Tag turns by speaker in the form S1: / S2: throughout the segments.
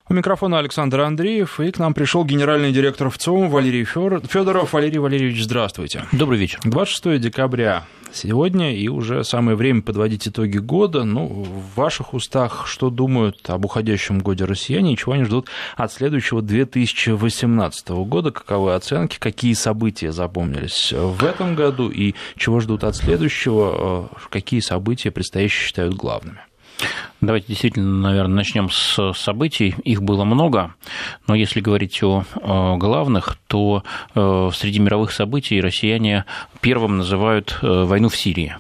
S1: У микрофона Александр Андреев, и к нам пришел генеральный директор ВЦИОМ Валерий Федоров. Валерий Валерьевич, здравствуйте.
S2: Добрый вечер.
S1: 26 декабря сегодня, и уже самое время подводить итоги года. В ваших устах что думают об уходящем годе россияне, и чего они ждут от следующего 2018 года? Каковы оценки, какие события запомнились в этом году, и чего ждут от следующего, какие события предстоящие считают главными?
S2: Давайте действительно, наверное, начнем с событий. Их было много, но если говорить о главных, то среди мировых событий россияне первым называют войну в Сирии.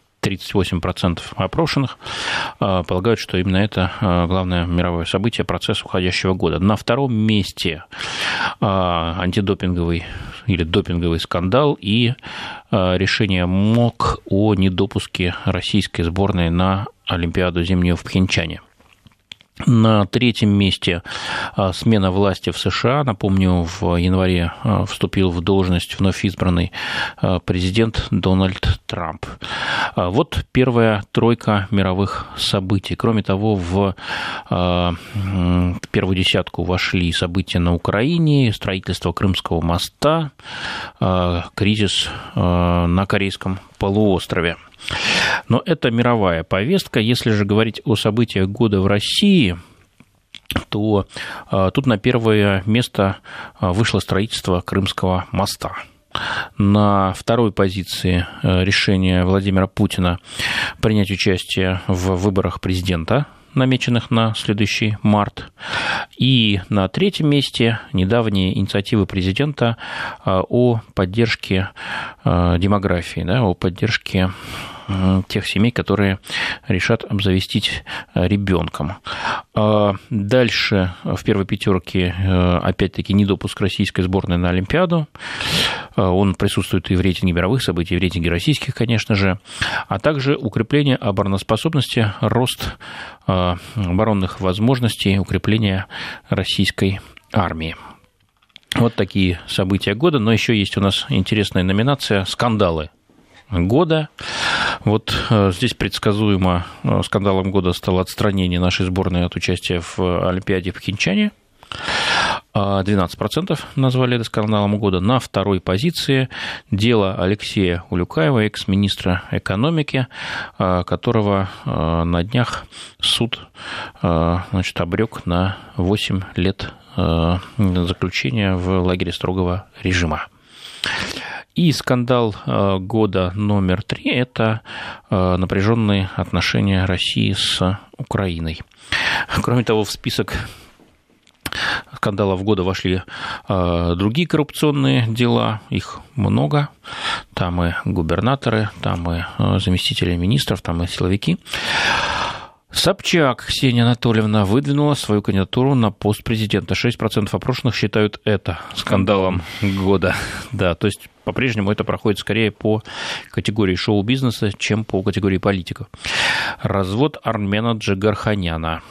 S2: 38% опрошенных полагают, что именно это главное мировое событие, процесс уходящего года. На втором месте антидопинговый или допинговый скандал и решение МОК о недопуске российской сборной на Олимпиаду зимнюю в Пхенчхане. На третьем месте смена власти в США. Напомню, в январе вступил в должность вновь избранный президент Дональд Трамп. Вот первая тройка мировых событий. Кроме того, в первую десятку вошли события на Украине, строительство Крымского моста, кризис на Корейском полуострове. Но это мировая повестка. Если же говорить о событиях года в России, то тут на первое место вышло строительство Крымского моста. На второй позиции решение Владимира Путина принять участие в выборах президента, намеченных на следующий март. И на третьем месте недавние инициативы президента о поддержке демографии, о поддержке тех семей, которые решат обзавестись ребенком. Дальше в первой пятерке опять-таки недопуск российской сборной на Олимпиаду. Он присутствует и в рейтинге мировых событий, и в рейтинге российских, конечно же, а также укрепление обороноспособности, рост оборонных возможностей, укрепление российской армии. Вот такие события года. Но еще есть у нас интересная номинация «Скандалы года». Вот здесь предсказуемо скандалом года стало отстранение нашей сборной от участия в Олимпиаде в Пхенчхане. 12% назвали это скандалом года. На второй позиции дело Алексея Улюкаева, экс-министра экономики, которого на днях суд обрек на 8 лет заключения в лагере строгого режима. И скандал года номер 3 – это напряженные отношения России с Украиной. Кроме того, в список скандалов года вошли другие коррупционные дела, их много. Там и губернаторы, там и заместители министров, там и силовики. Собчак Ксения Анатольевна выдвинула свою кандидатуру на пост президента. 6% опрошенных считают это скандалом года. Да, то есть по-прежнему это проходит скорее по категории шоу-бизнеса, чем по категории политиков. Развод Армена Джигарханяна.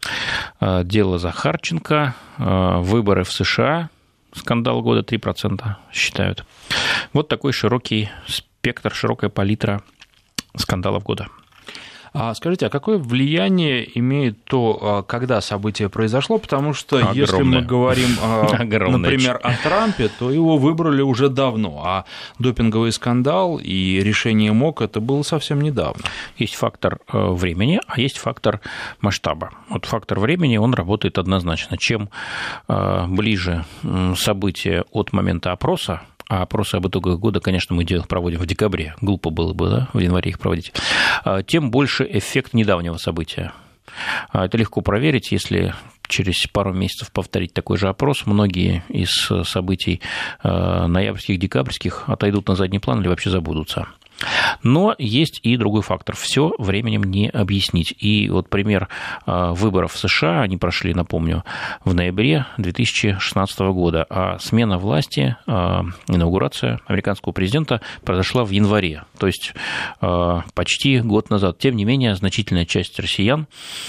S2: Дело Захарченко, выборы в США, скандал года 3% считают. Вот такой широкий спектр, широкая палитра скандалов года.
S1: Скажите, а какое влияние имеет то, когда событие произошло? Потому что огромное. Если мы говорим, например, о Трампе, то его выбрали уже давно, а допинговый скандал и решение МОК – это было совсем недавно.
S2: Есть фактор времени, а есть фактор масштаба. Вот фактор времени, он работает однозначно. Чем ближе событие от момента опроса, а опросы об итогах года, конечно, мы проводим в декабре, глупо было бы, в январе их проводить, тем больше эффект недавнего события. Это легко проверить, если через пару месяцев повторить такой же опрос, многие из событий ноябрьских, декабрьских отойдут на задний план или вообще забудутся. Но есть и другой фактор. Все временем не объяснить. И вот пример выборов в США, они прошли, напомню, в ноябре 2016 года, а смена власти, инаугурация американского президента произошла в январе, то есть почти год назад. Тем не менее, значительная часть россиян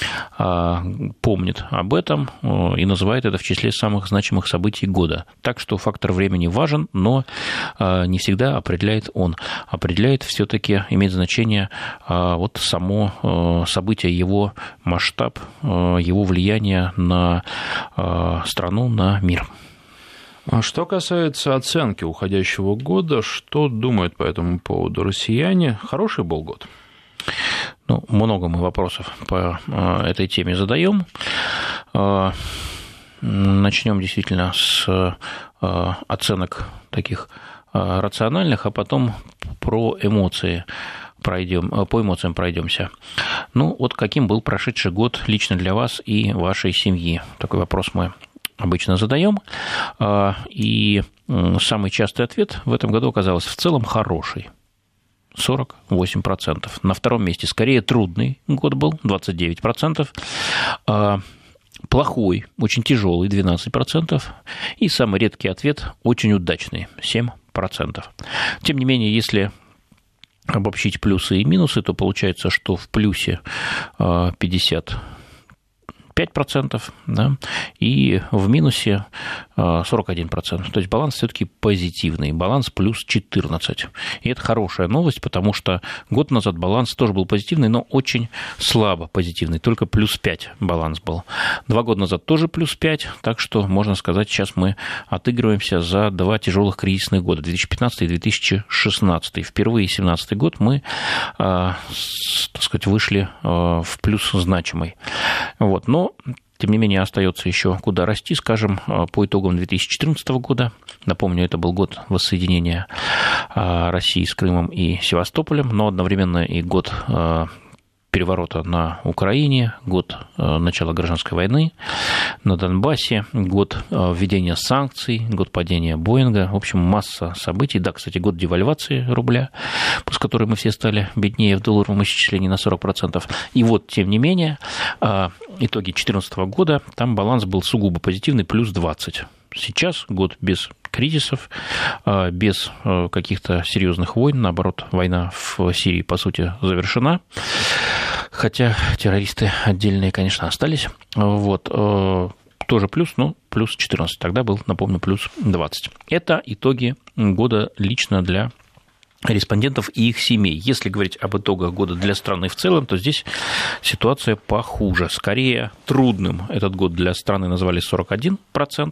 S2: помнит об этом и называет это в числе самых значимых событий года. Так что фактор времени важен, но не всегда определяет он. Определяет имеет все-таки значение вот само событие, его масштаб, его влияние на страну, на мир.
S1: Что касается оценки уходящего года, что думают по этому поводу россияне? Хороший был год?
S2: Ну, много мы вопросов по этой теме задаем. Начнем действительно с оценок таких рациональных, а потом по эмоциям пройдемся. Ну, вот каким был прошедший год лично для вас и вашей семьи? Такой вопрос мы обычно задаем. И самый частый ответ в этом году оказался в целом хороший. 48%. На втором месте скорее трудный год был, 29%. Плохой, очень тяжелый, 12%. И самый редкий ответ очень удачный, 7%. Тем не менее, если обобщить плюсы и минусы, то получается, что в плюсе 55%, да, и в минусе 41%. То есть баланс все-таки позитивный, баланс плюс 14. И это хорошая новость, потому что год назад баланс тоже был позитивный, но очень слабо позитивный, только плюс 5 баланс был. 2 года назад тоже плюс 5, так что, можно сказать, сейчас мы отыгрываемся за 2 тяжелых кризисных года, 2015 и 2016. Впервые 2017 год мы, так сказать, вышли в плюс значимый. Вот. Но тем не менее, остается еще куда расти, скажем, по итогам 2014 года. Напомню, это был год воссоединения России с Крымом и Севастополем, но одновременно и год переворота на Украине, год начала гражданской войны на Донбассе, год введения санкций, год падения Боинга. В общем, масса событий. Да, кстати, год девальвации рубля, после которой мы все стали беднее в долларовом исчислении на 40%. И вот, тем не менее, итоги 2014 года, там баланс был сугубо позитивный, плюс 20. Сейчас год без кризисов, без каких-то серьезных войн, наоборот, война в Сирии, по сути, завершена, хотя террористы отдельные, конечно, остались, вот, тоже плюс, но плюс 14, тогда был, напомню, плюс 20. Это итоги года лично для респондентов и их семей. Если говорить об итогах года для страны в целом, то здесь ситуация похуже. Скорее, трудным этот год для страны назвали 41%,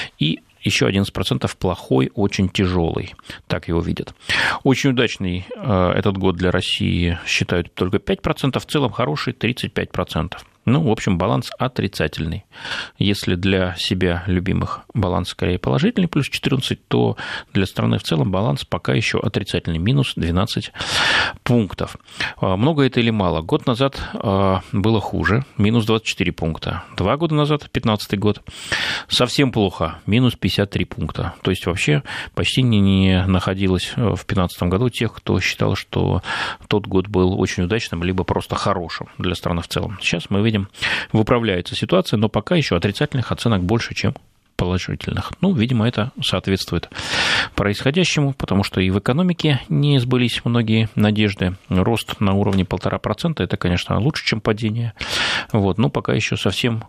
S2: и еще 11% плохой, очень тяжелый. Так его видят. Очень удачный этот год для России считают только 5%, в целом хороший 35%. Ну, в общем, баланс отрицательный. Если для себя любимых баланс скорее положительный, плюс 14, то для страны в целом баланс пока еще отрицательный, минус 12 пунктов. Много это или мало? Год назад было хуже, минус 24 пункта. 2 года назад, 2015 год, совсем плохо, минус 53 пункта. То есть вообще почти не находилось в 2015 году тех, кто считал, что тот год был очень удачным, либо просто хорошим для страны в целом. Сейчас мы видим, выправляется ситуация, но пока еще отрицательных оценок больше, чем положительных. Ну, видимо, это соответствует происходящему, потому что и в экономике не сбылись многие надежды. Рост на уровне 1,5% – это, конечно, лучше, чем падение. Вот, но пока еще совсем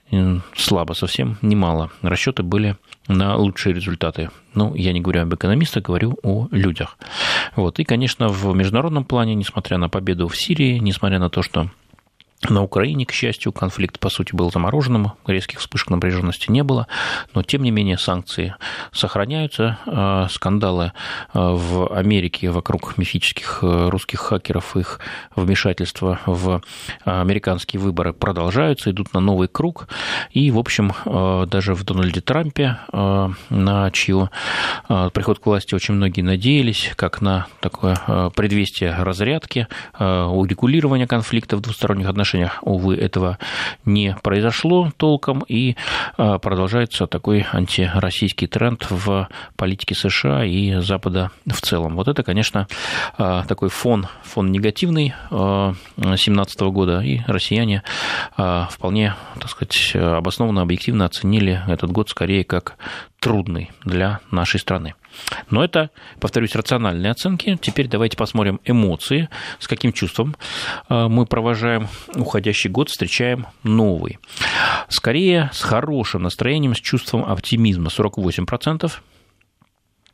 S2: слабо, совсем немало. Расчеты были на лучшие результаты. Ну, я не говорю об экономистах, говорю о людях. Вот, и, конечно, в международном плане, несмотря на победу в Сирии, несмотря на то, что на Украине, к счастью, конфликт, по сути, был замороженным, резких вспышек напряженности не было, но, тем не менее, санкции сохраняются, скандалы в Америке вокруг мифических русских хакеров, их вмешательства в американские выборы продолжаются, идут на новый круг, и, в общем, даже в Дональде Трампе, на чью приход к власти очень многие надеялись, как на такое предвестие разрядки, урегулирования конфликта в двусторонних отношениях, увы, этого не произошло толком, и продолжается такой антироссийский тренд в политике США и Запада в целом. Вот это, конечно, такой фон негативный 2017 года, и россияне вполне, так сказать, обоснованно, объективно оценили этот год скорее как трудный для нашей страны. Но это, повторюсь, рациональные оценки. Теперь давайте посмотрим эмоции, с каким чувством мы провожаем уходящий год, встречаем новый. Скорее, с хорошим настроением, с чувством оптимизма 48%.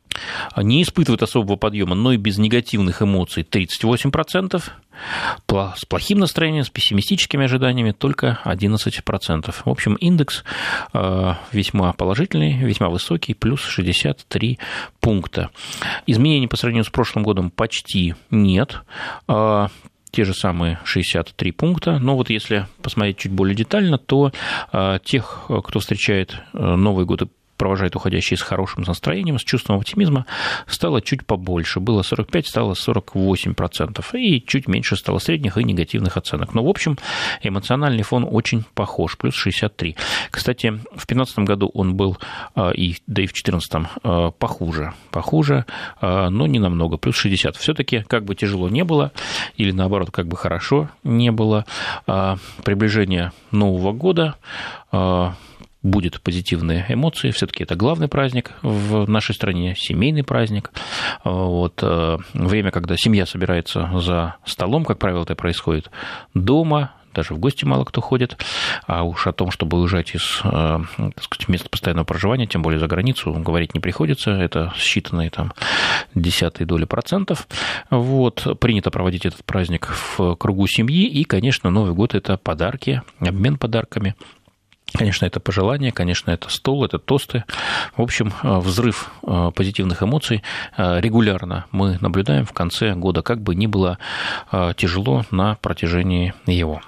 S2: не испытывают особого подъема, но и без негативных эмоций 38%, с плохим настроением, с пессимистическими ожиданиями только 11%. В общем, индекс весьма положительный, весьма высокий, плюс 63 пункта. Изменений по сравнению с прошлым годом почти нет. Те же самые 63 пункта, но вот если посмотреть чуть более детально, то тех, кто встречает Новый год и провожает уходящие с хорошим настроением, с чувством оптимизма, стало чуть побольше. Было 45, стало 48%. И чуть меньше стало средних и негативных оценок. Но, в общем, эмоциональный фон очень похож, плюс 63. Кстати, в 2015 году он был, да и в 2014 похуже, но не намного, плюс 60. Все-таки, как бы тяжело не было, или наоборот, как бы хорошо не было, приближение Нового года, будет позитивные эмоции, все-таки это главный праздник в нашей стране, семейный праздник. Вот, время, когда семья собирается за столом, как правило, это происходит дома, даже в гости мало кто ходит, а уж о том, чтобы уезжать из, так сказать, места постоянного проживания, тем более за границу, говорить не приходится, это считанные там десятые доли процентов. Вот, принято проводить этот праздник в кругу семьи, и, конечно, Новый год – это подарки, обмен подарками. Конечно, это пожелания, конечно, это стол, это тосты. В общем, взрыв позитивных эмоций регулярно мы наблюдаем в конце года, как бы ни было тяжело на протяжении его.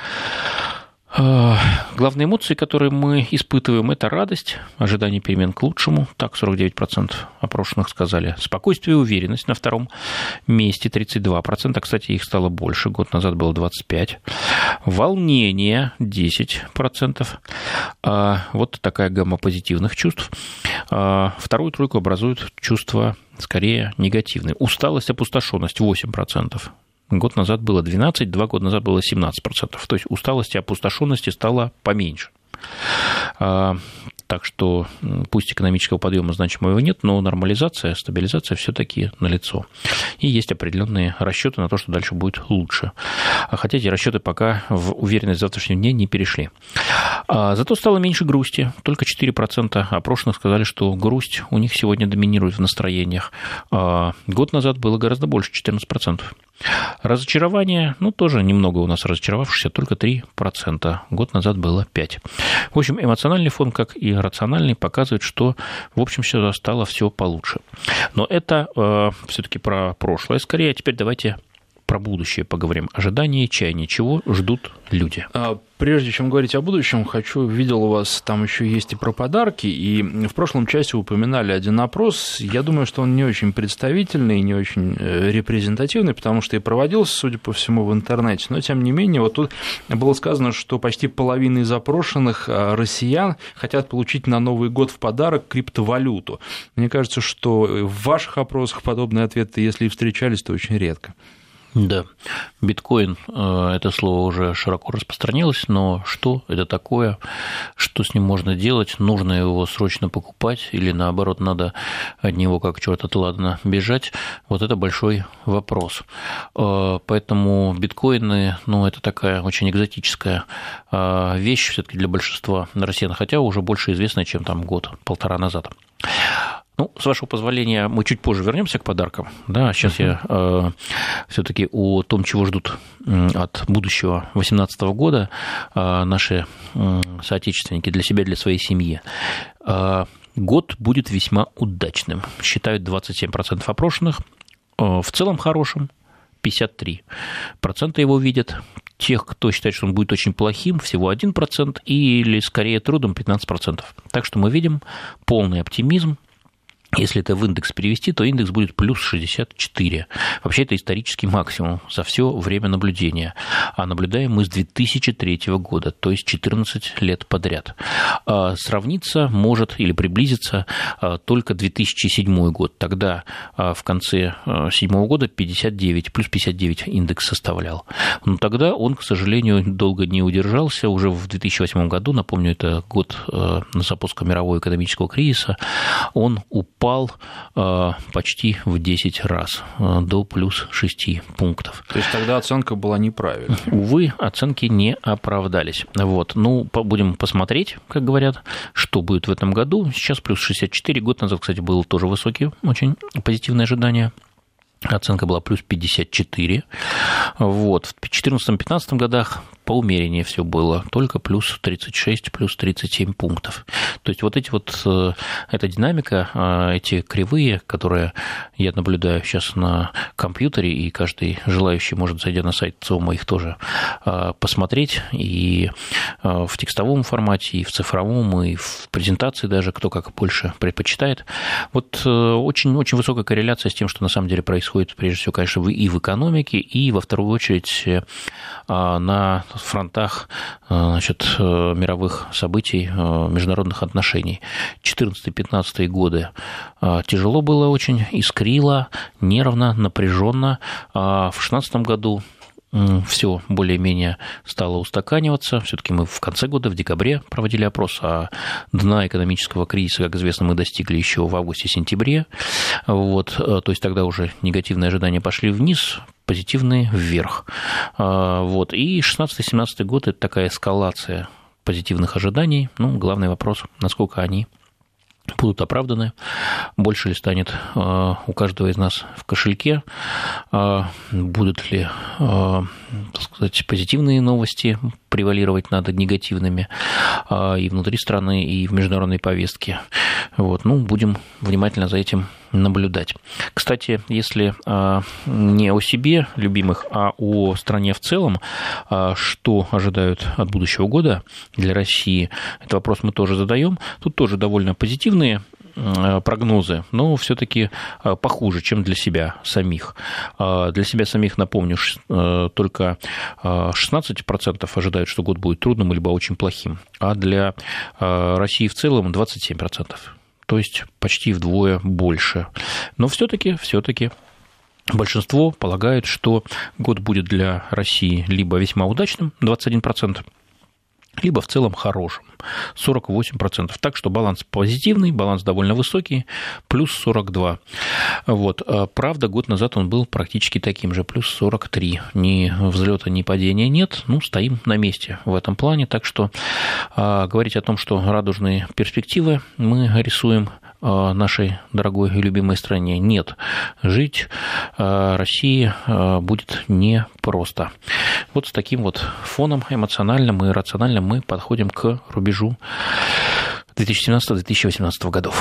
S2: Главные эмоции, которые мы испытываем, это радость, ожидание перемен к лучшему, так 49% опрошенных сказали, спокойствие и уверенность на втором месте 32%, кстати, их стало больше, год назад было 25%, волнение 10%, вот такая гамма позитивных чувств. Вторую тройку образуют чувства скорее негативные, усталость, опустошенность 8%. Год назад было 12%, 2 года назад было 17%. То есть усталости и опустошенности стало поменьше. Так что пусть экономического подъема значимого нет, но нормализация, стабилизация все-таки налицо. И есть определенные расчеты на то, что дальше будет лучше. Хотя эти расчеты пока в уверенность в завтрашнем дне не перешли. Зато стало меньше грусти. Только 4% опрошенных сказали, что грусть у них сегодня доминирует в настроениях. Год назад было гораздо больше, 14%. Разочарование, тоже немного у нас разочаровавшихся, только 3%. Год назад было 5%. В общем, эмоциональный фон, как и рациональный, показывает, что, в общем, стало все получше. Но это все-таки про прошлое скорее. А теперь давайте про будущее поговорим. Ожидания и чаяния. Чего ждут люди?
S1: Прежде чем говорить о будущем, видел у вас там еще есть и про подарки, и в прошлом часе упоминали один опрос. Я думаю, что он не очень представительный, не очень репрезентативный, потому что и проводился, судя по всему, в интернете. Но, тем не менее, вот тут было сказано, что почти половина из опрошенных россиян хотят получить на Новый год в подарок криптовалюту. Мне кажется, что в ваших опросах подобные ответы, если и встречались, то очень редко.
S2: Да, биткоин, это слово уже широко распространилось, но что это такое, что с ним можно делать, нужно его срочно покупать или наоборот надо от него как черт от ладана бежать, вот это большой вопрос. Поэтому биткоины, это такая очень экзотическая вещь все-таки для большинства россиян, хотя уже больше известная, чем там год-полтора назад. С вашего позволения, мы чуть позже вернемся к подаркам. Да, сейчас я все-таки о том, чего ждут от будущего 2018 года наши соотечественники для себя, для своей семьи. Год будет весьма удачным, считают 27% опрошенных, в целом хорошим 53% его видят. Тех, кто считает, что он будет очень плохим, всего 1%, или скорее трудом 15%. Так что мы видим полный оптимизм. Если это в индекс перевести, то индекс будет плюс 64. Вообще это исторический максимум за все время наблюдения. А наблюдаем мы с 2003 года, то есть 14 лет подряд. Сравниться может или приблизиться только 2007 год. Тогда в конце 2007 года 59, плюс 59 индекс составлял. Но тогда он, к сожалению, долго не удержался. Уже в 2008 году, напомню, это год запуска мирового экономического кризиса, он упал упал почти в 10 раз, до плюс 6 пунктов.
S1: То есть тогда оценка была неправильной.
S2: Увы, оценки не оправдались. Вот. Ну, будем посмотреть, как говорят, что будет в этом году. Сейчас плюс 64. Год назад, кстати, было тоже высокие, очень позитивные ожидания. Оценка была плюс 54. Вот. В 2014-2015 годах поумереннее все было, только плюс 36, плюс 37 пунктов. То есть вот эта динамика, эти кривые, которые я наблюдаю сейчас на компьютере, и каждый желающий может, зайдя на сайт ЦИОМа, их тоже посмотреть, и в текстовом формате, и в цифровом, и в презентации даже, кто как больше предпочитает. Вот очень-очень высокая корреляция с тем, что на самом деле происходит, прежде всего, конечно, и в экономике, и во вторую очередь на фронтах, значит, мировых событий, международных отношений. 14-15 годы тяжело было очень, искрило, нервно, напряженно. В 2016 году все более-менее стало устаканиваться. Все-таки мы в конце года, в декабре, проводили опрос, а дна экономического кризиса, как известно, мы достигли еще в августе-сентябре. Вот, то есть тогда уже негативные ожидания пошли вниз, позитивные вверх. Вот, и 16-17 год – это такая эскалация позитивных ожиданий. Ну, главный вопрос, насколько они будут оправданы, больше ли станет у каждого из нас в кошельке, будут ли, так сказать, позитивные новости превалировать над негативными и внутри страны, и в международной повестке. Вот. Ну, будем внимательно за этим наблюдать. Кстати, если не о себе любимых, а о стране в целом, что ожидают от будущего года для России, этот вопрос мы тоже задаем. Тут тоже довольно позитивные прогнозы, но все-таки похуже, чем для себя самих. Для себя самих, напомню, только 16% ожидают, что год будет трудным либо очень плохим, а для России в целом 27%. То есть почти вдвое больше. Но все-таки большинство полагает, что год будет для России либо весьма удачным, 21%, либо в целом хорошим, 48%. Так что баланс позитивный, баланс довольно высокий, плюс 42. Вот. Правда, год назад он был практически таким же, плюс 43. Ни взлета, ни падения нет, ну, стоим на месте в этом плане. Так что говорить о том, что радужные перспективы мы рисуем нашей дорогой и любимой стране, нет. Жить России будет непросто. Вот с таким вот фоном эмоциональным и рациональным мы подходим к рубежу 2017-2018 годов.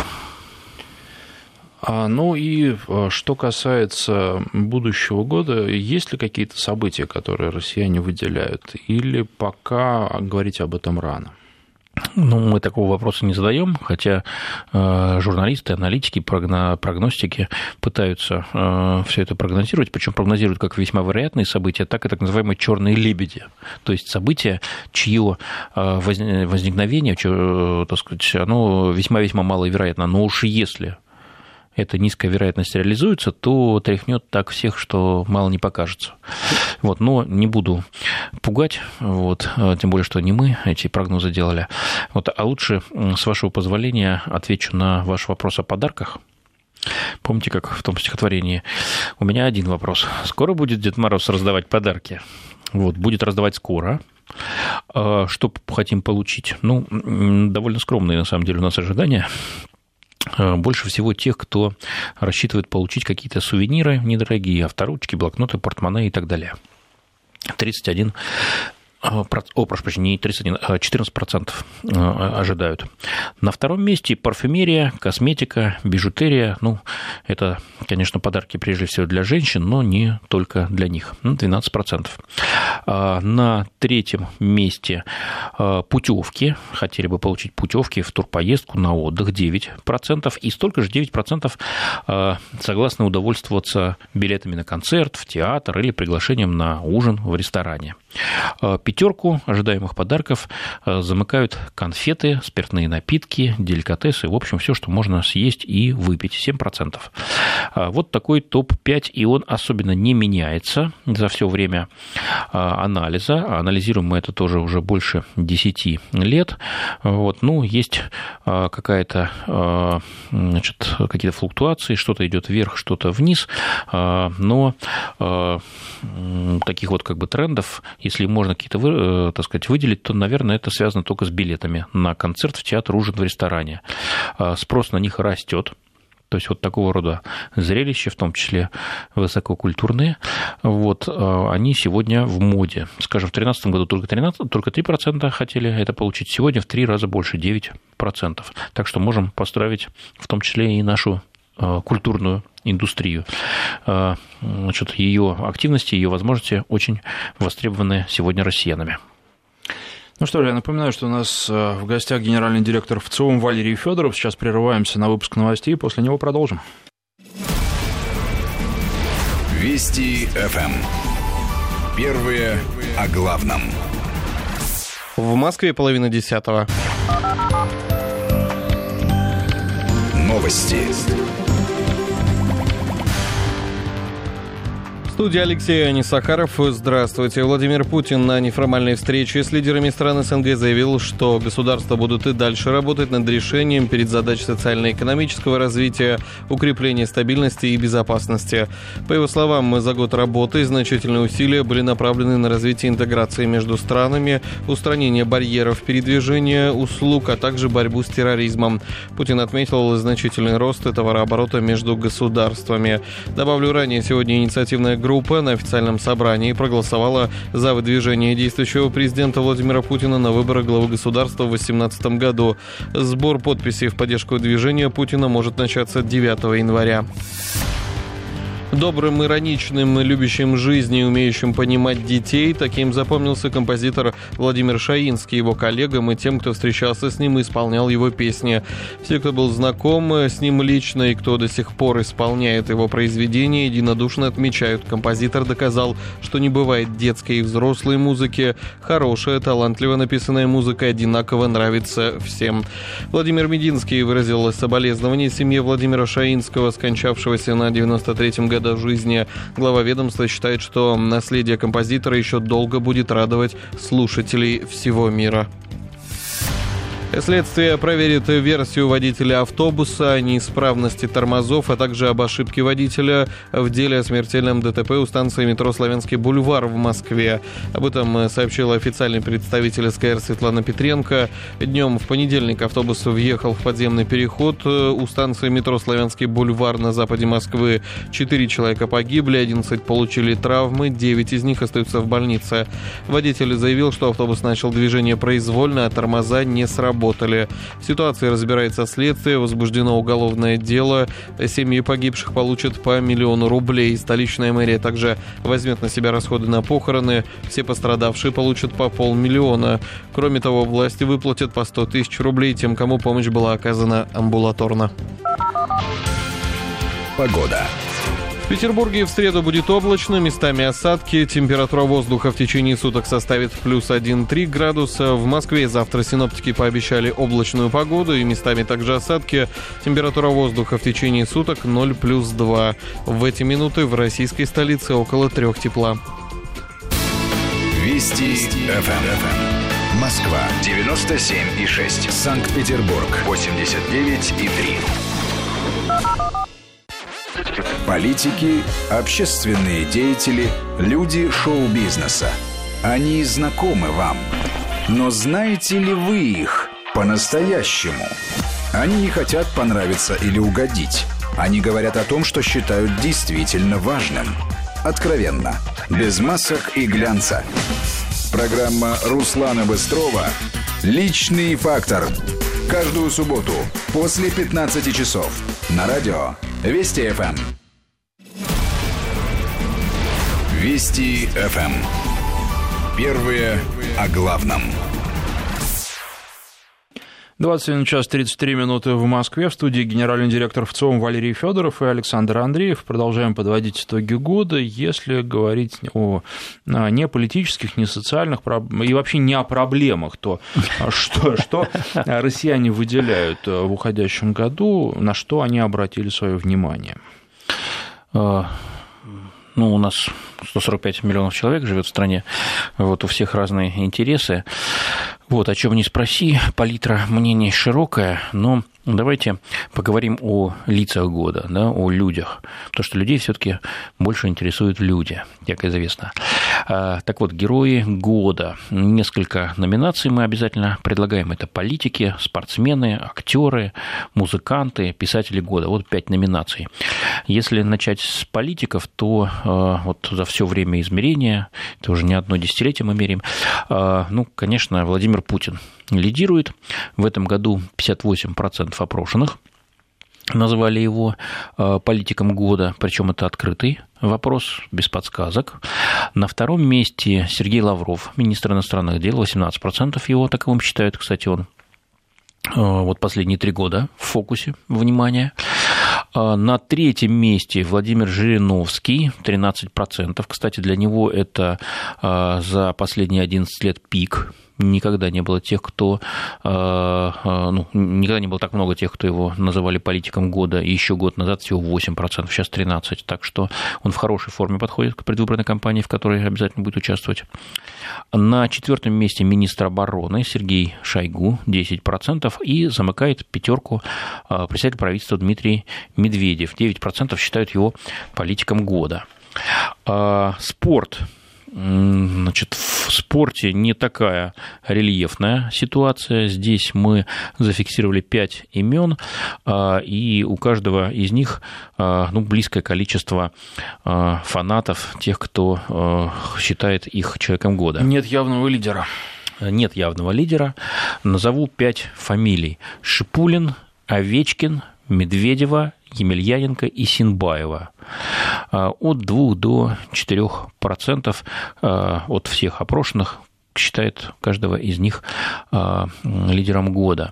S1: Ну и что касается будущего года, есть ли какие-то события, которые россияне выделяют, или пока говорить об этом рано?
S2: Ну, мы такого вопроса не задаем, хотя журналисты, аналитики, прогностики пытаются все это прогнозировать, причем прогнозируют как весьма вероятные события, так и так называемые черные лебеди, то есть события, чье возникновение, так сказать, оно весьма-весьма маловероятно, но уж если эта низкая вероятность реализуется, то тряхнет так всех, что мало не покажется. Вот, но не буду пугать, вот, тем более, что не мы эти прогнозы делали. Вот, а лучше, с вашего позволения, отвечу на ваш вопрос о подарках. Помните, как в том стихотворении? У меня один вопрос. Скоро будет Дед Мороз раздавать подарки? Вот, будет раздавать скоро. Что хотим получить? Ну, довольно скромные, на самом деле, у нас ожидания. Больше всего тех, кто рассчитывает получить какие-то сувениры недорогие, авторучки, блокноты, портмоне и так далее. 14% ожидают. На втором месте парфюмерия, косметика, бижутерия. Ну, это, конечно, подарки прежде всего для женщин, но не только для них. 12%. На третьем месте путевки. Хотели бы получить путевки в турпоездку на отдых. 9%. И столько же 9% согласны удовольствоваться билетами на концерт, в театр или приглашением на ужин в ресторане. 5% пятерку ожидаемых подарков замыкают конфеты, спиртные напитки, деликатесы, в общем, все, что можно съесть и выпить, 7%. Вот такой топ-5, и он особенно не меняется за все время анализа. Анализируем мы это тоже уже больше 10 лет. Вот. Ну, есть какие-то флуктуации, что-то идет вверх, что-то вниз, но таких вот как бы трендов, если можно какие-то, так сказать, выделить, то, наверное, это связано только с билетами на концерт, в театр, ужин в ресторане. Спрос на них растет. То есть вот такого рода зрелища, в том числе высококультурные, вот, они сегодня в моде. Скажем, в 2013 году только 3% хотели это получить, сегодня в 3 раза больше, 9%. Так что можем поздравить в том числе и нашу культурную индустрию. Значит, ее активности, ее возможности очень востребованы сегодня россиянами.
S1: Ну что ж, я напоминаю, что у нас в гостях генеральный директор ВЦИОМ Валерий Федоров. Сейчас прерываемся на выпуск новостей, после него продолжим.
S3: Вести ФМ. Первые о главном.
S4: В Москве 9:30.
S3: Новости.
S4: В студии Алексей Анисахаров. Здравствуйте. Владимир Путин на неформальной встрече с лидерами стран СНГ заявил, что государства будут и дальше работать над решением перед задач социально-экономического развития, укрепления стабильности и безопасности. По его словам, за год работы значительные усилия были направлены на развитие интеграции между странами, устранение барьеров передвижения услуг, а также борьбу с терроризмом. Путин отметил значительный рост товарооборота между государствами. Добавлю, ранее сегодня инициативная группа на официальном собрании проголосовала за выдвижение действующего президента Владимира Путина на выборы главы государства в 2018 году. Сбор подписей в поддержку движения Путина может начаться 9 января. Добрым, ироничным, любящим жизнь и умеющим понимать детей, таким запомнился композитор Владимир Шаинский, его коллегам и тем, кто встречался с ним и исполнял его песни. Все, кто был знаком с ним лично и кто до сих пор исполняет его произведения, единодушно отмечают: композитор доказал, что не бывает детской и взрослой музыки. Хорошая, талантливо написанная музыка одинаково нравится всем. Владимир Мединский выразил соболезнования семье Владимира Шаинского, скончавшегося на 93-м году жизни. Глава ведомства считает, что наследие композитора еще долго будет радовать слушателей всего мира. Следствие проверит версию водителя автобуса о неисправности тормозов, а также об ошибке водителя в деле о смертельном ДТП у станции метро Славянский бульвар в Москве. Об этом сообщила официальный представитель СКР Светлана Петренко. Днем в понедельник автобус въехал в подземный переход у станции метро Славянский бульвар на западе Москвы. 4 человека погибли, 11 получили травмы, 9 из них остаются в больнице. Водитель заявил, что автобус начал движение произвольно, а тормоза не сработали. В ситуации разбирается следствие, возбуждено уголовное дело. Семьи погибших получат по 1 миллиону рублей. Столичная мэрия также возьмет на себя расходы на похороны. Все пострадавшие получат по 500 000. Кроме того, власти выплатят по 100 000 рублей тем, кому помощь была оказана амбулаторно.
S3: Погода.
S4: В Петербурге в среду будет облачно, местами осадки. Температура воздуха в течение суток составит плюс 1-3 градуса. В Москве завтра синоптики пообещали облачную погоду и местами также осадки. Температура воздуха в течение суток 0+2. В эти минуты в российской столице около 3 тепла.
S3: Вести ФМ. Москва 97,6. Санкт-Петербург 89,3. Политики, общественные деятели, люди шоу-бизнеса. Они знакомы вам. Но знаете ли вы их по-настоящему? Они не хотят понравиться или угодить. Они говорят о том, что считают действительно важным. Откровенно. Без масок и глянца. Программа Руслана Быстрова «Личный фактор». Каждую субботу после 15 часов на радио Вести ФМ. Вести ФМ. Первые о главном.
S1: 21 час 33 минуты в Москве. В студии генеральный директор ВЦИОМ Валерий Федоров и Александр Андреев. Продолжаем подводить итоги года. Если говорить о не политических, не социальных и вообще не о проблемах, то что россияне выделяют в уходящем году, на что они обратили свое внимание?
S2: У нас 145 миллионов человек живет в стране, вот у всех разные интересы. Вот, о чем ни спроси, палитра мнений широкая, но давайте поговорим о лицах года, да, о людях, потому что людей все-таки больше интересуют люди, как известно. Так вот, герои года. Несколько номинаций мы обязательно предлагаем. Это политики, спортсмены, актеры, музыканты, писатели года. Вот 5 номинаций. Если начать с политиков, то вот за все время измерения, это уже не одно десятилетие мы меряем, конечно, Владимир Путин лидирует. В этом году 58% опрошенных назвали его политиком года, причем это открытый вопрос, без подсказок. На втором месте Сергей Лавров, министр иностранных дел, 18% его таковым считают. Кстати, он вот последние 3 года в фокусе внимания. На третьем месте Владимир Жириновский, 13%. Кстати, для него это за последние 11 лет пик. Никогда не было тех, кто... никогда не было так много тех, кто его называли политиком года. И еще год назад всего 8%, сейчас 13%. Так что он в хорошей форме подходит к предвыборной кампании, в которой обязательно будет участвовать. На 4-м месте министр обороны Сергей Шойгу, 10%. И замыкает пятерку председатель правительства Дмитрий Медведев. 9% считают его политиком года. Спорт. Значит, в спорте не такая рельефная ситуация. Здесь мы зафиксировали 5 имен, и у каждого из них близкое количество фанатов, тех, кто считает их человеком года.
S1: Нет явного лидера.
S2: Нет явного лидера. Назову 5 фамилий. Шипулин, Овечкин, Медведева, Емельяненко и Синбаева. От 2 до 4% от всех опрошенных считает каждого из них лидером года.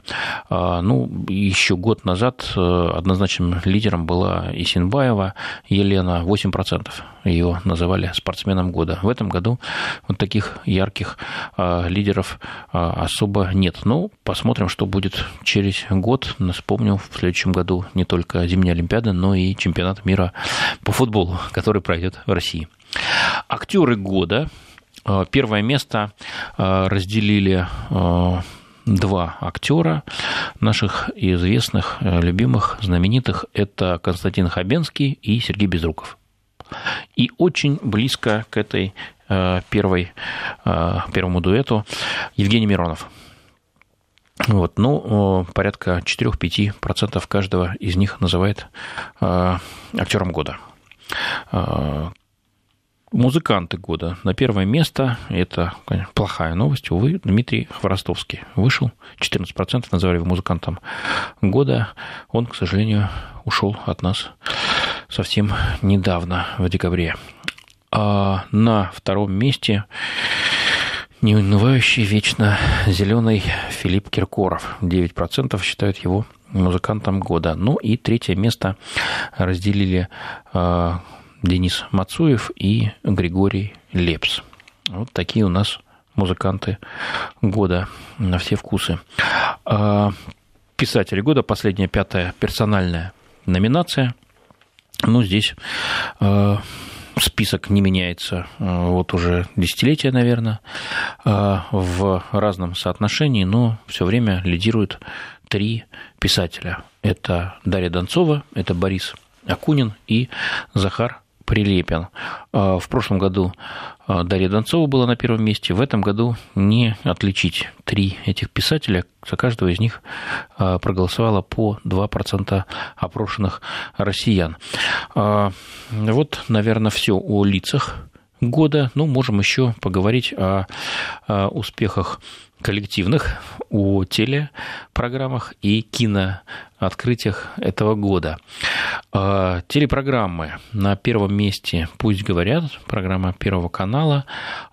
S2: Еще год назад однозначным лидером была и Синбаева Елена, 8% ее называли спортсменом года. В этом году вот таких ярких лидеров особо нет. Посмотрим, что будет через год. Вспомню, в следующем году не только зимняя Олимпиада, но и чемпионат мира по футболу, который пройдет в России. Актеры года. Первое место разделили 2 актера наших известных, любимых, знаменитых. Это Константин Хабенский и Сергей Безруков. И очень близко к этой первому дуэту Евгений Миронов. Порядка 4-5% каждого из них называет актером года. Музыканты года. На первое место, это конечно, плохая новость, увы, Дмитрий Хворостовский вышел, 14% называли его музыкантом года. Он, к сожалению, ушел от нас совсем недавно, в декабре. А на втором месте неунывающий, вечно зеленый Филипп Киркоров. 9% считают его музыкантом года. И третье место разделили Денис Мацуев и Григорий Лепс. Вот такие у нас музыканты года на все вкусы. Писатели года, последняя 5-я персональная номинация. Здесь список не меняется вот уже десятилетия, наверное, в разном соотношении, но все время лидируют 3 писателя. Это Дарья Донцова, это Борис Акунин и Захар Прилепин. В прошлом году Дарья Донцова была на первом месте, в этом году не отличить 3 этих писателя, за каждого из них проголосовало по 2% опрошенных россиян. Вот, наверное, все о лицах года. Можем еще поговорить о успехах коллективных, о телепрограммах и кинооткрытиях этого года. Телепрограммы на первом месте «Пусть говорят», программа Первого канала,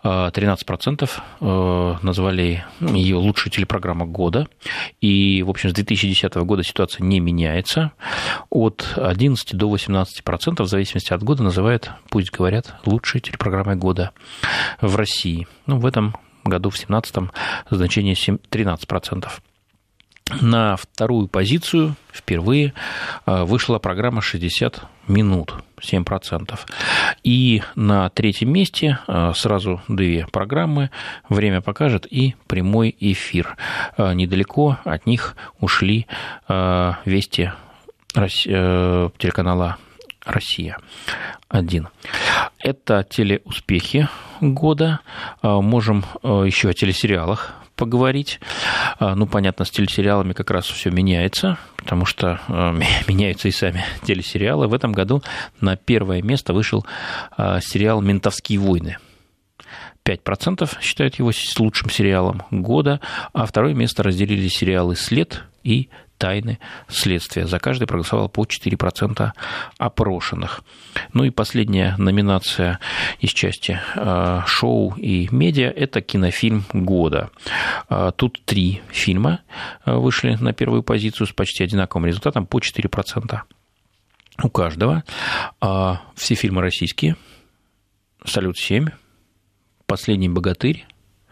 S2: 13% назвали ее лучшей телепрограммой года. И, в общем, с 2010 года ситуация не меняется. От 11 до 18%, в зависимости от года, называют «Пусть говорят» лучшей телепрограммой года в России. В этом году, в 2017-м, значение 13%. На вторую позицию впервые вышла программа «60 минут», 7%. И на третьем месте сразу две программы «Время покажет» и «Прямой эфир». Недалеко от них ушли вести телеканала «Россия-1». Это телеуспехи года. Можем еще о телесериалах поговорить. Понятно, с телесериалами как раз все меняется, потому что меняются и сами телесериалы. В этом году на первое место вышел сериал «Ментовские войны». 5% считают его лучшим сериалом года, а второе место разделили сериалы «След» и «Тайны следствия». За каждый проголосовало по 4% опрошенных. И последняя номинация из части шоу и медиа – это кинофильм года. Тут 3 фильма вышли на первую позицию с почти одинаковым результатом по 4% у каждого. Все фильмы российские. «Салют-7», «Последний богатырь»,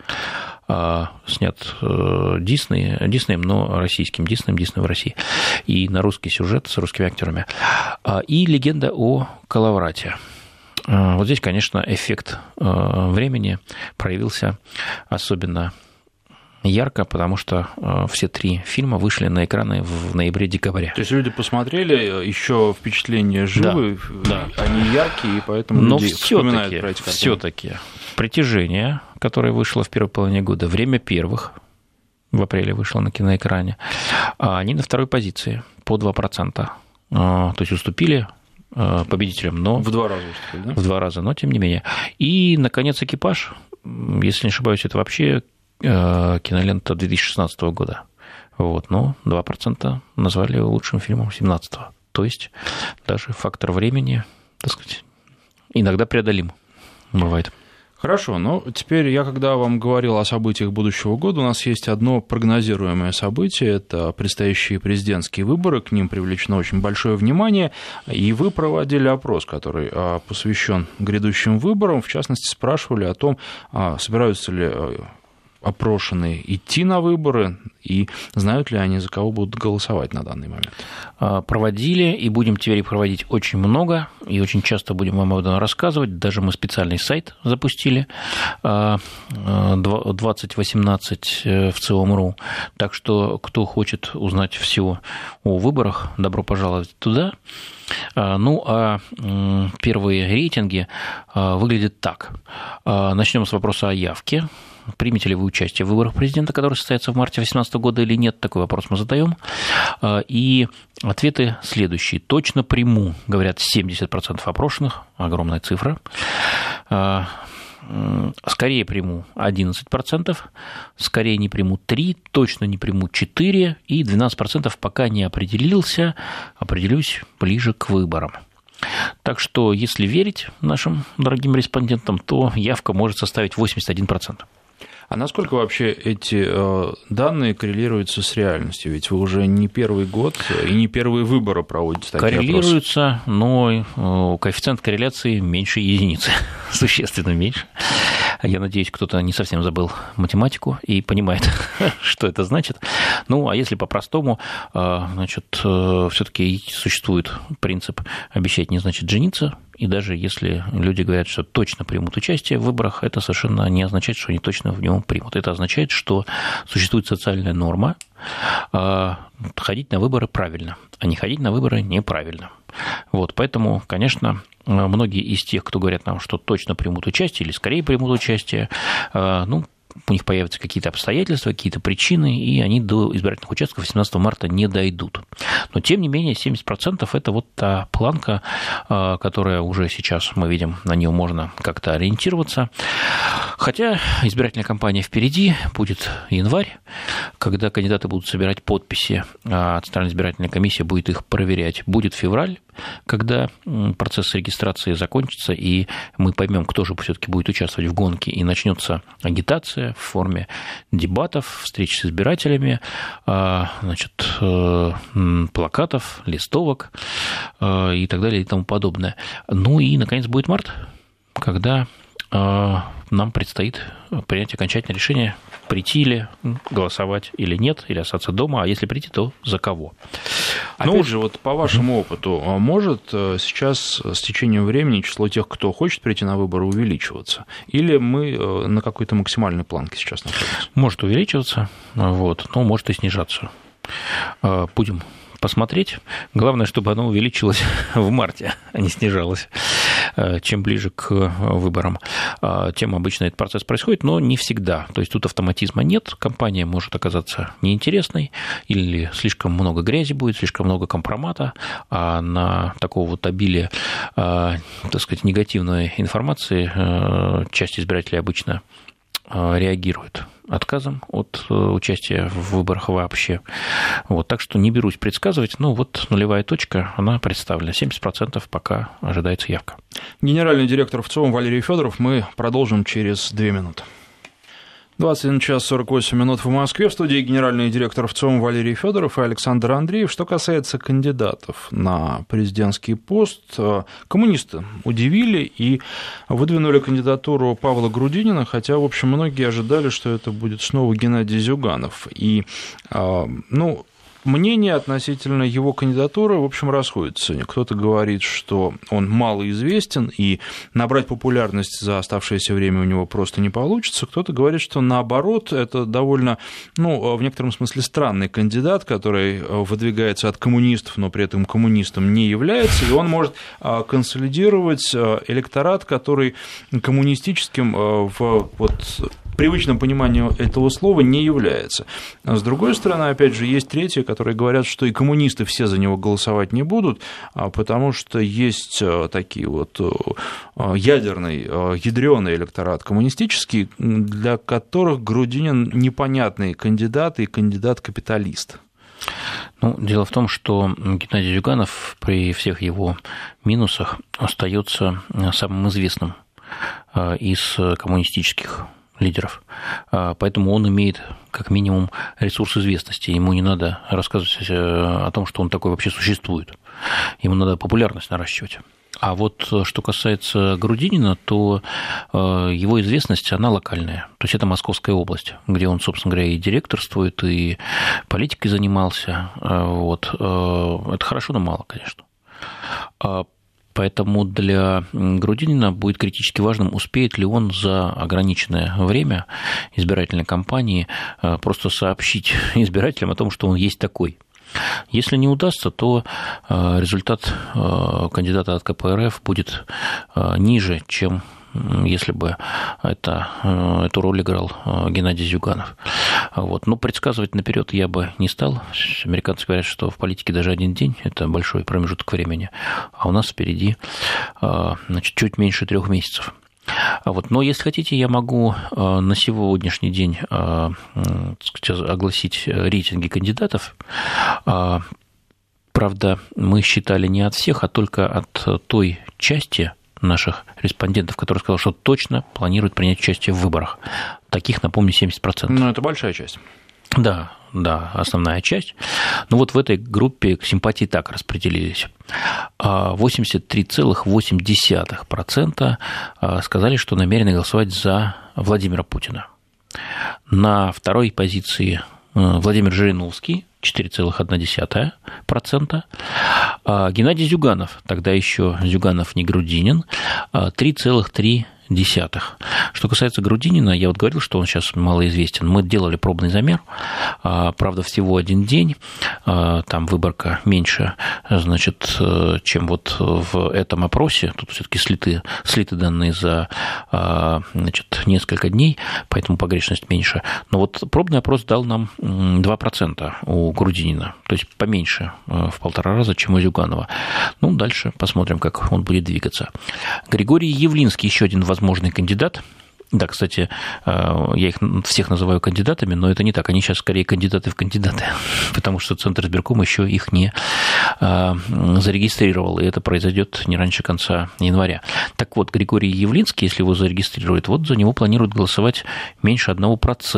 S2: снят Диснеем, но российским Диснеем в России, и на русский сюжет с русскими актерами, и «Легенда о Коловрате». Вот здесь, конечно, эффект времени проявился особенно ярко, потому что все 3 фильма вышли на экраны в ноябре-декабре.
S1: То есть люди посмотрели, еще впечатления живы, да. Они яркие, и поэтому люди вспоминают про эти картины.
S2: Все-таки «Притяжение», которое вышло в первой половине года, «Время первых» в апреле вышло на киноэкране, они на второй позиции по 2%. То есть уступили победителям, но...
S1: В 2 раза уступили, да?
S2: В 2 раза, но тем не менее. И, наконец, «Экипаж», если не ошибаюсь, это вообще кинолента 2016 года. Но 2% назвали лучшим фильмом 2017. То есть даже фактор времени, так сказать, иногда преодолим. Бывает.
S1: Хорошо, но теперь я, когда вам говорил о событиях будущего года, у нас есть одно прогнозируемое событие, это предстоящие президентские выборы, к ним привлечено очень большое внимание, и вы проводили опрос, который посвящен грядущим выборам, в частности, спрашивали о том, собираются ли опрошенные идти на выборы, и знают ли они, за кого будут голосовать на данный момент?
S2: Проводили, и будем теперь проводить очень много, и очень часто будем вам об этом рассказывать. Даже мы специальный сайт запустили, 2018 в ЦИОМ.ру. Так что, кто хочет узнать все о выборах, добро пожаловать туда. Первые рейтинги выглядят так. Начнем с вопроса о явке. Примете ли вы участие в выборах президента, которые состоятся в марте 2018 года или нет? Такой вопрос мы задаем. И ответы следующие. Точно приму, говорят 70% опрошенных, огромная цифра. Скорее приму 11%, скорее не приму 3%, точно не приму 4%, и 12% пока не определился, определюсь ближе к выборам. Так что, если верить нашим дорогим респондентам, то явка может составить 81%.
S1: А насколько вообще эти данные коррелируются с реальностью? Ведь вы уже не первый год и не первые выборы проводите такие
S2: коррелируются, опросы. Но коэффициент корреляции меньше единицы, существенно меньше. Я надеюсь, кто-то не совсем забыл математику и понимает, что это значит. А если по-простому, значит, все-таки существует принцип «обещать не значит жениться». И даже если люди говорят, что точно примут участие в выборах, это совершенно не означает, что они точно в нем примут. Это означает, что существует социальная норма ходить на выборы правильно, а не ходить на выборы неправильно. Поэтому, конечно, многие из тех, кто говорят нам, что точно примут участие или скорее примут участие, у них появятся какие-то обстоятельства, какие-то причины, и они до избирательных участков 18 марта не дойдут. Но, тем не менее, 70% – это вот та планка, которая уже сейчас, мы видим, на нее можно как-то ориентироваться. Хотя избирательная кампания впереди, будет январь, когда кандидаты будут собирать подписи, а Центральная избирательная комиссия будет их проверять. Будет февраль, когда процесс регистрации закончится, и мы поймем, кто же все-таки будет участвовать в гонке, и начнется агитация в форме дебатов, встреч с избирателями, значит, плакатов, листовок и так далее и тому подобное. Ну и, наконец, будет март, когда нам предстоит принять окончательное решение, прийти ли голосовать или нет, или остаться дома, а если прийти, то за кого.
S1: Опять же, вот по вашему опыту, может сейчас с течением времени число тех, кто хочет прийти на выборы, увеличиваться? Или мы на какой-то максимальной планке сейчас находимся?
S2: Может увеличиваться, вот, но может и снижаться. Будем посмотреть. Главное, чтобы оно увеличилось в марте, а не снижалось. Чем ближе к выборам, тем обычно этот процесс происходит, но не всегда. То есть тут автоматизма нет, кампания может оказаться неинтересной, или слишком много грязи будет, слишком много компромата, а на такого вот обилие, так сказать, негативной информации часть избирателей обычно реагирует отказом от участия в выборах вообще. Вот, так что не берусь предсказывать, но вот нулевая точка, она представлена. 70% пока ожидается явка.
S1: Генеральный директор ВЦИОМ Валерий Федоров. Мы продолжим через 2 минуты. 21 час 48 минут в Москве. В студии генеральный директор ВЦИОМ Валерий Федоров и Александр Андреев. Что касается кандидатов на президентский пост, коммунисты удивили и выдвинули кандидатуру Павла Грудинина, хотя, в общем, многие ожидали, что это будет снова Геннадий Зюганов. И, мнения относительно его кандидатуры, в общем, расходятся. Кто-то говорит, что он малоизвестен, и набрать популярность за оставшееся время у него просто не получится. Кто-то говорит, что наоборот, это довольно, в некотором смысле странный кандидат, который выдвигается от коммунистов, но при этом коммунистом не является, и он может консолидировать электорат, который коммунистическим в привычном понимании этого слова не является. С другой стороны, опять же, есть третьи, которые говорят, что и коммунисты все за него голосовать не будут, потому что есть такие вот ядрёный электорат коммунистический, для которых Грудинин непонятный кандидат и кандидат-капиталист.
S2: Дело в том, что Геннадий Зюганов при всех его минусах остается самым известным из коммунистических лидеров. Поэтому он имеет как минимум ресурс известности. Ему не надо рассказывать о том, что он такой вообще существует. Ему надо популярность наращивать. А вот что касается Грудинина, то его известность, она локальная. То есть это Московская область, где он, собственно говоря, и директорствует, и политикой занимался. Вот. Это хорошо, но мало, конечно. Поэтому для Грудинина будет критически важным, успеет ли он за ограниченное время избирательной кампании просто сообщить избирателям о том, что он есть такой. Если не удастся, то результат кандидата от КПРФ будет ниже, чем если бы эту роль играл Геннадий Зюганов. Вот. Но предсказывать наперед я бы не стал. Американцы говорят, что в политике даже один день – это большой промежуток времени, а у нас впереди чуть меньше 3 месяцев. Вот. Но если хотите, я могу на сегодняшний день огласить рейтинги кандидатов. Правда, мы считали не от всех, а только от той части наших респондентов, которые сказали, что точно планируют принять участие в выборах. Таких, напомню, 70%.
S1: Это большая часть.
S2: Да, основная часть. Но вот в этой группе симпатии так распределились. 83,8% сказали, что намерены голосовать за Владимира Путина. На второй позиции Владимир Жириновский, 4,1%. Геннадий Зюганов, тогда еще Зюганов не Грудинин, 3,3%. Что касается Грудинина, я вот говорил, что он сейчас малоизвестен. Мы делали пробный замер, правда, всего один день, там выборка меньше, значит, чем вот в этом опросе. Тут все-таки слиты данные за, значит, несколько дней, поэтому погрешность меньше. Но вот пробный опрос дал нам 2% у Грудинина, то есть поменьше в 1,5 раза, чем у Зюганова. Ну, дальше посмотрим, как он будет двигаться. Григорий Явлинский, еще один возможный кандидат. Да, кстати, я их всех называю кандидатами, но это не так. Они сейчас скорее кандидаты в кандидаты, потому что Центр избиркома еще их не зарегистрировал, и это произойдет не раньше конца января. Так вот, Григорий Явлинский, если его зарегистрируют, вот за него планируют голосовать меньше 1%,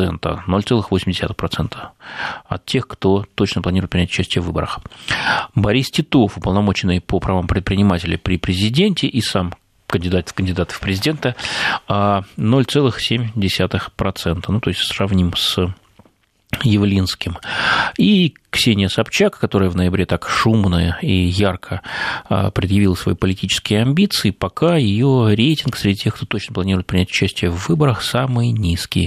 S2: 0,8% от тех, кто точно планирует принять участие в выборах. Борис Титов, уполномоченный по правам предпринимателя при президенте и сам кандидат в президента, 0,7%. Ну, то есть сравним с Явлинским. И Ксения Собчак, которая в ноябре так шумно и ярко предъявила свои политические амбиции, пока ее рейтинг среди тех, кто точно планирует принять участие в выборах, самый низкий,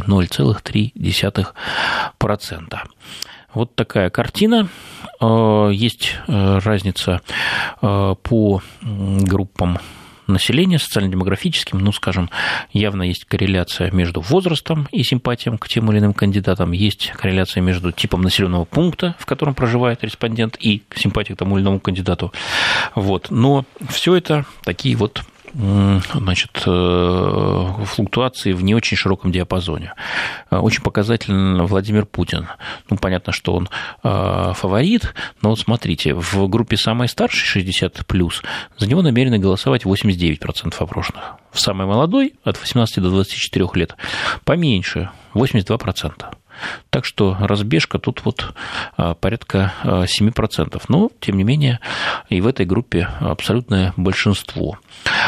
S2: 0,3%. Вот такая картина. Есть разница по группам населения, социально-демографическим, ну, скажем, явно есть корреляция между возрастом и симпатией к тем или иным кандидатам, есть корреляция между типом населенного пункта, в котором проживает респондент, и симпатией к тому или иному кандидату. Вот. Но все это такие вот, значит, флуктуации в не очень широком диапазоне. Очень показательно Владимир Путин. Ну, понятно, что он фаворит, но вот смотрите, в группе самой старшей, 60+, за него намерены голосовать 89% опрошенных. В самой молодой, от 18 до 24 лет, поменьше, 82%. Так что разбежка тут вот порядка 7%. Но, тем не менее, и в этой группе абсолютное большинство.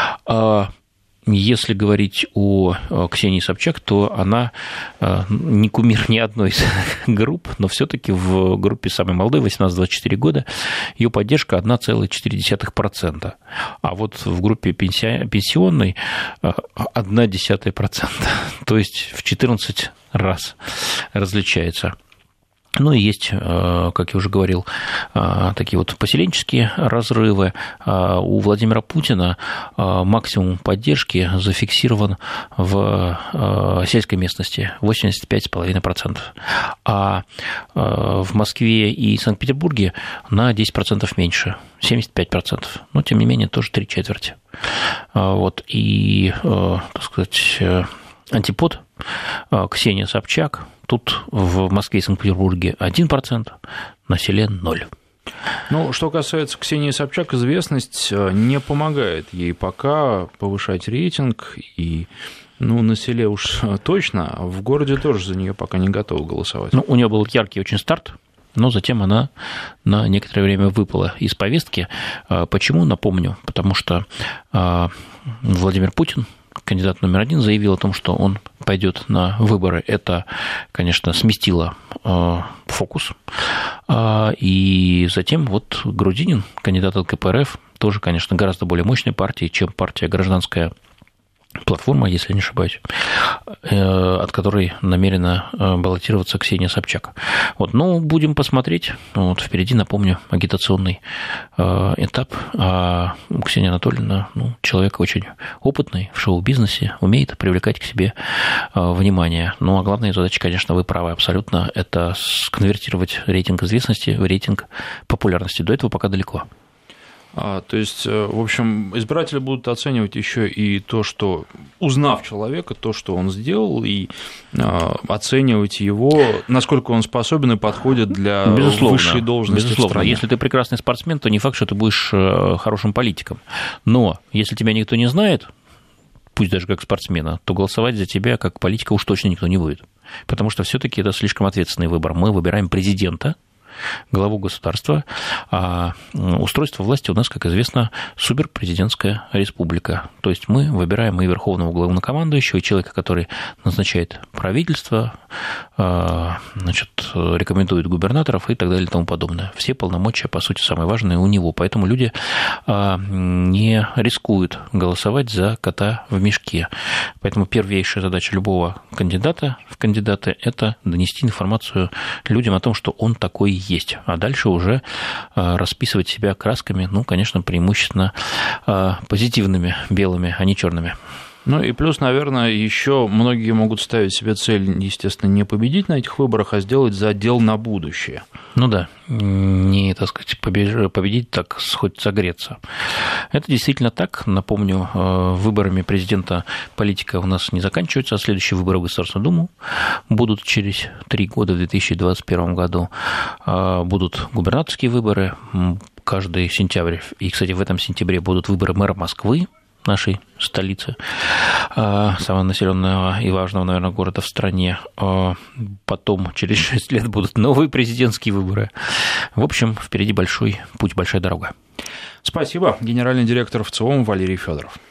S2: Если говорить о Ксении Собчак, то она не кумир ни одной из групп, но все-таки в группе самой молодой, 18-24 года, ее поддержка 1,4%. А вот в группе пенсионной 0,1%. То есть в 14 раз различается. Ну и есть, как я уже говорил, такие вот поселенческие разрывы. У Владимира Путина максимум поддержки зафиксирован в сельской местности – 85,5%. А в Москве и Санкт-Петербурге на 10% меньше – 75%. Но, тем не менее, тоже 3/4. Вот. И, так сказать, антипод Ксения Собчак. Тут в Москве и Санкт-Петербурге 1%, на селе 0%.
S1: Ну, что касается Ксении Собчак, известность не помогает ей пока повышать рейтинг, и, ну, на селе уж точно, а в городе тоже за нее пока не готовы голосовать.
S2: Ну, у нее был яркий очень старт, но затем она на некоторое время выпала из повестки. Почему? Напомню, потому что Владимир Путин, кандидат номер 1, заявил о том, что он пойдет на выборы. Это, конечно, сместило фокус. И затем вот Грудинин, кандидат от КПРФ, тоже, конечно, гораздо более мощной партии, чем партия «Гражданская платформа», если не ошибаюсь, от которой намерена баллотироваться Ксения Собчак. Вот, ну, будем посмотреть. Вот, впереди, напомню, агитационный этап. А Ксения Анатольевна, ну, человек очень опытный в шоу-бизнесе, умеет привлекать к себе внимание. Ну, а главная задача, конечно, вы правы абсолютно, это сконвертировать рейтинг известности в рейтинг популярности. До этого пока далеко.
S1: То есть, в общем, избиратели будут оценивать еще и то, что, узнав человека, то, что он сделал, и оценивать его, насколько он способен и подходит для высшей должности в стране.
S2: Если ты прекрасный спортсмен, то не факт, что ты будешь хорошим политиком. Но если тебя никто не знает, пусть даже как спортсмена, то голосовать за тебя как политика уж точно никто не будет. Потому что все-таки это слишком ответственный выбор. Мы выбираем президента, главу государства. А устройство власти у нас, как известно, суперпрезидентская республика. То есть мы выбираем и верховного главнокомандующего, и человека, который назначает правительство, значит, рекомендует губернаторов и так далее и тому подобное. Все полномочия, по сути, самые важные у него. Поэтому люди не рискуют голосовать за кота в мешке. Поэтому первейшая задача любого кандидата в кандидаты – это донести информацию людям о том, что он такой есть. А дальше уже расписывать себя красками, ну, конечно, преимущественно позитивными, белыми, а не черными.
S1: Ну и плюс, наверное, еще многие могут ставить себе цель, естественно, не победить на этих выборах, а сделать задел на будущее.
S2: Ну да, не, так сказать, победить, так хоть согреться. Это действительно так. Напомню, выборами президента политика у нас не заканчивается, а следующие выборы в Государственную Думу будут через 3 года, в 2021 году. Будут губернаторские выборы каждый сентябрь. И, кстати, в этом сентябре будут выборы мэра Москвы, нашей столицы, самого населенного и важного, наверное, города в стране. Потом через 6 лет будут новые президентские выборы. В общем, впереди большой путь, большая дорога.
S1: Спасибо. Генеральный директор ВЦИОМ Валерий Федоров.